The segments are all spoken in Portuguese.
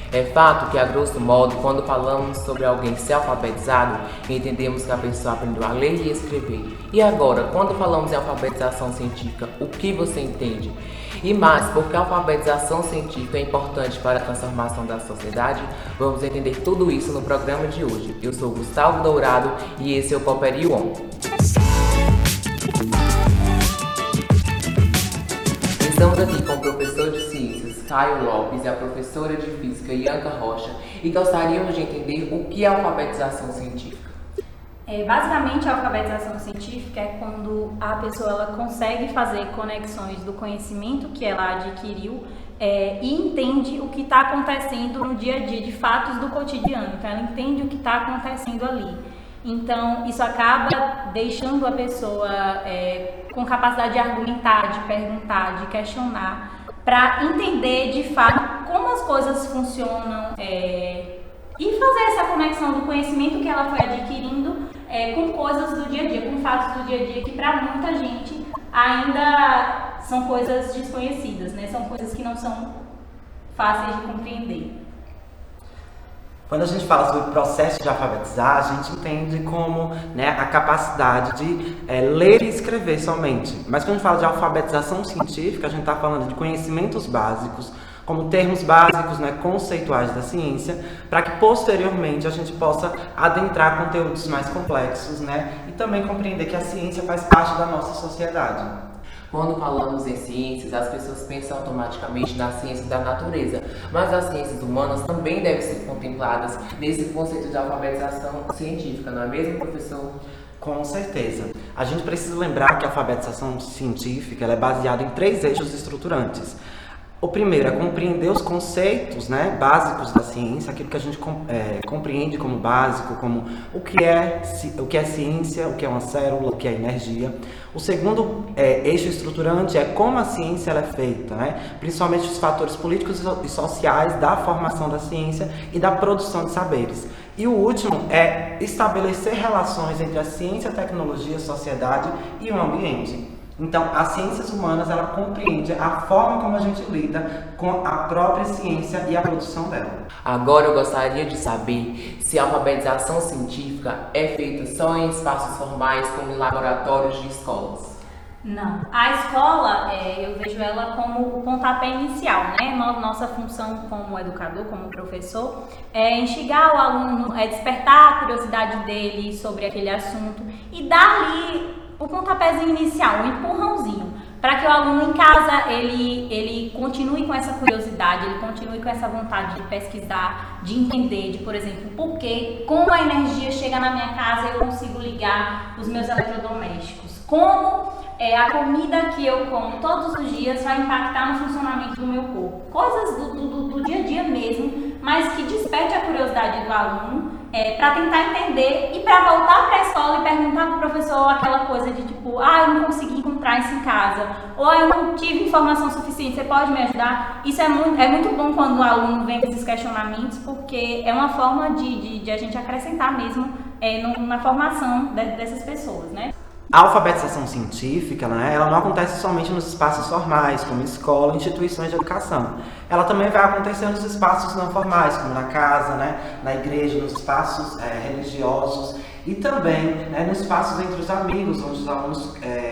É fato que, a grosso modo, quando falamos sobre alguém ser alfabetizado, entendemos que a pessoa aprendeu a ler e escrever. E agora, quando falamos em alfabetização científica, o que você entende? E mais, porque a alfabetização científica é importante para a transformação da sociedade, vamos entender tudo isso no programa de hoje. Eu sou Gustavo Dourado e esse é o Coopere On. Estamos aqui com o professor de Ciências, Caio Lopes, e a professora de Física, Ianca Rocha, e gostaríamos de entender o que é alfabetização científica. Basicamente, a alfabetização científica é quando a pessoa ela consegue fazer conexões do conhecimento que ela adquiriu e entende o que está acontecendo no dia a dia, de fatos do cotidiano. Então, ela entende o que está acontecendo ali. Então, isso acaba deixando a pessoa com capacidade de argumentar, de perguntar, de questionar, para entender de fato como as coisas funcionam e fazer essa conexão do conhecimento que ela foi adquirindo com coisas do dia a dia, com fatos do dia a dia que para muita gente ainda são coisas desconhecidas, né? São coisas que não são fáceis de compreender. Quando a gente fala sobre o processo de alfabetizar, a gente entende como a capacidade de ler e escrever somente. Mas quando a gente fala de alfabetização científica, a gente está falando de conhecimentos básicos, como termos básicos, conceituais da ciência, para que posteriormente a gente possa adentrar conteúdos mais complexos, e também compreender que a ciência faz parte da nossa sociedade. Quando falamos em ciências, as pessoas pensam automaticamente nas ciências da natureza, mas as ciências humanas também devem ser contempladas nesse conceito de alfabetização científica, não é mesmo, professor? Com certeza. A gente precisa lembrar que a alfabetização científica ela é baseada em 3 eixos estruturantes. O primeiro é compreender os conceitos básicos da ciência, aquilo que a gente compreende como básico, como o que é ciência, o que é uma célula, o que é energia. O segundo eixo estruturante é como a ciência ela é feita, principalmente os fatores políticos e sociais da formação da ciência e da produção de saberes. E o último é estabelecer relações entre a ciência, a tecnologia, a sociedade e o ambiente. Então, as ciências humanas, ela compreende a forma como a gente lida com a própria ciência e a produção dela. Agora eu gostaria de saber se a alfabetização científica é feita só em espaços formais, como em laboratórios de escolas. Não. A escola, eu vejo ela como o pontapé inicial, Nossa função como educador, como professor, é instigar o aluno, despertar a curiosidade dele sobre aquele assunto e dar-lhe o pontapézinho inicial, o empurrãozinho, para que o aluno em casa ele continue com essa curiosidade, ele continue com essa vontade de pesquisar, de entender, de, por exemplo, por que, como a energia chega na minha casa e eu consigo ligar os meus eletrodomésticos, como a comida que eu como todos os dias vai impactar no funcionamento do meu corpo. Coisas do dia a dia mesmo, mas que desperte a curiosidade do aluno para tentar entender e para voltar para a escola e perguntar para o professor aquela coisa de tipo, eu não consegui encontrar isso em casa, ou eu não tive informação suficiente, você pode me ajudar? Isso é muito bom quando o aluno vem com esses questionamentos, porque é uma forma de a gente acrescentar mesmo na formação dessas pessoas, A alfabetização científica, ela não acontece somente nos espaços formais, como escola, instituições de educação. Ela também vai acontecer nos espaços não formais, como na casa, na igreja, nos espaços religiosos e também nos espaços entre os amigos, onde os alunos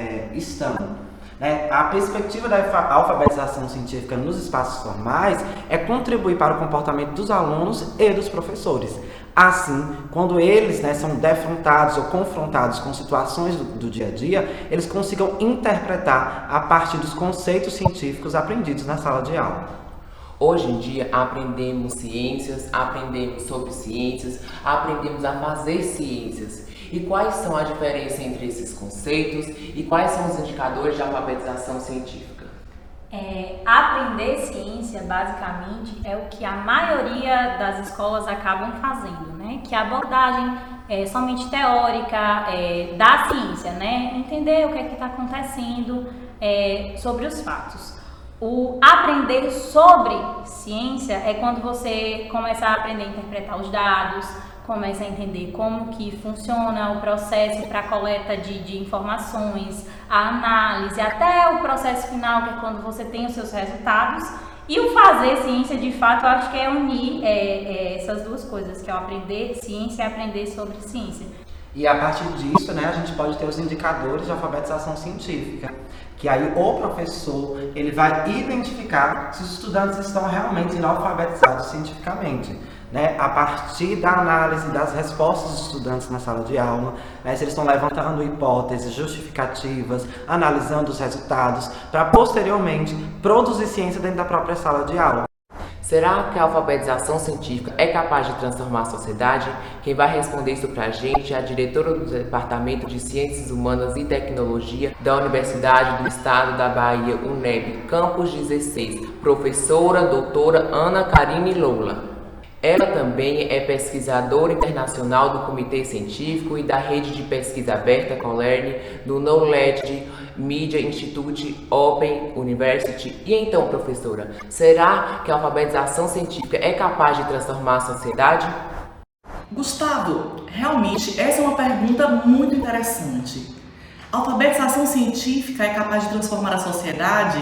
estão. A perspectiva da alfabetização científica nos espaços formais é contribuir para o comportamento dos alunos e dos professores. Assim, quando eles são defrontados ou confrontados com situações do dia a dia, eles consigam interpretar a partir dos conceitos científicos aprendidos na sala de aula. Hoje em dia aprendemos ciências, aprendemos sobre ciências, aprendemos a fazer ciências. E quais são a diferença entre esses conceitos e quais são os indicadores de alfabetização científica? Aprender ciência, basicamente, é o que a maioria das escolas acabam fazendo, Que a abordagem somente teórica da ciência, Entender o que é que está acontecendo sobre os fatos. O aprender sobre ciência é quando você começa a aprender a interpretar os dados, começa a entender como que funciona o processo para a coleta de informações, a análise, até o processo final, que é quando você tem os seus resultados. E o fazer ciência, de fato, eu acho que é unir essas duas coisas, que é o aprender ciência e aprender sobre ciência. E a partir disso, né, a gente pode ter os indicadores de alfabetização científica, que aí o professor ele vai identificar se os estudantes estão realmente alfabetizados cientificamente, né, a partir da análise das respostas dos estudantes na sala de aula, né, se eles estão levantando hipóteses, justificativas, analisando os resultados, para posteriormente produzir ciência dentro da própria sala de aula. Será que a alfabetização científica é capaz de transformar a sociedade? Quem vai responder isso pra gente é a diretora do Departamento de Ciências Humanas e Tecnologia da Universidade do Estado da Bahia, UNEB, Campus 16, professora doutora Ana Karine Loula. Ela também é pesquisadora internacional do Comitê Científico e da Rede de Pesquisa Aberta Colerne do Knowledge Media Institute Open University. E então, professora, será que a alfabetização científica é capaz de transformar a sociedade? Gustavo, realmente essa é uma pergunta muito interessante. A alfabetização científica é capaz de transformar a sociedade?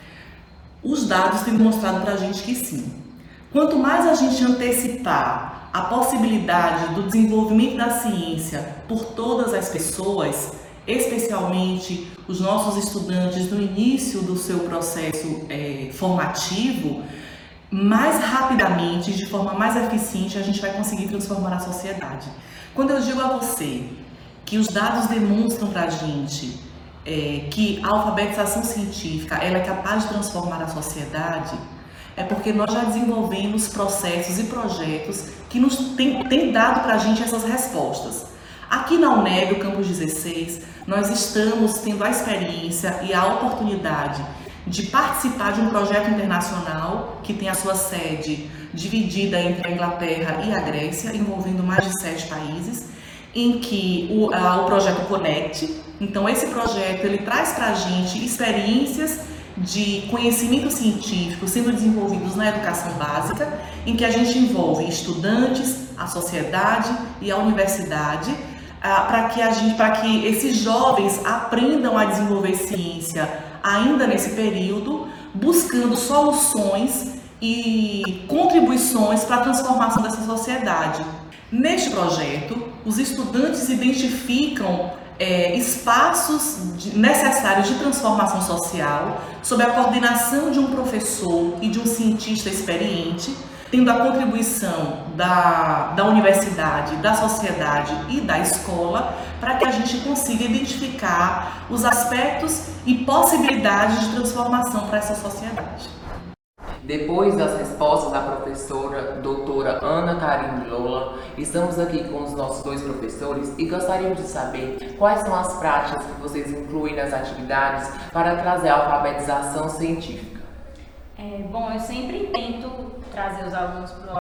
Os dados têm demonstrado para a gente que sim. Quanto mais a gente antecipar a possibilidade do desenvolvimento da ciência por todas as pessoas, especialmente os nossos estudantes no início do seu processo formativo, mais rapidamente, de forma mais eficiente, a gente vai conseguir transformar a sociedade. Quando eu digo a você que os dados demonstram para a gente que a alfabetização científica ela é capaz de transformar a sociedade, é porque nós já desenvolvemos processos e projetos que nos têm dado para a gente essas respostas. Aqui na UNEB, o Campus 16, nós estamos tendo a experiência e a oportunidade de participar de um projeto internacional que tem a sua sede dividida entre a Inglaterra e a Grécia, envolvendo mais de 7 países, em que o projeto Connect. Então, esse projeto ele traz para a gente experiências de conhecimento científico sendo desenvolvidos na educação básica, em que a gente envolve estudantes, a sociedade e a universidade, para que esses jovens aprendam a desenvolver ciência ainda nesse período, buscando soluções e contribuições para a transformação dessa sociedade. Neste projeto, os estudantes identificam espaços necessários de transformação social sob a coordenação de um professor e de um cientista experiente, tendo a contribuição da universidade, da sociedade e da escola, para que a gente consiga identificar os aspectos e possibilidades de transformação para essa sociedade. Depois das respostas da professora doutora Ana Karine Loula, estamos aqui com os nossos 2 professores e gostaríamos de saber quais são as práticas que vocês incluem nas atividades para trazer a alfabetização científica. Bom, eu sempre tento trazer os alunos para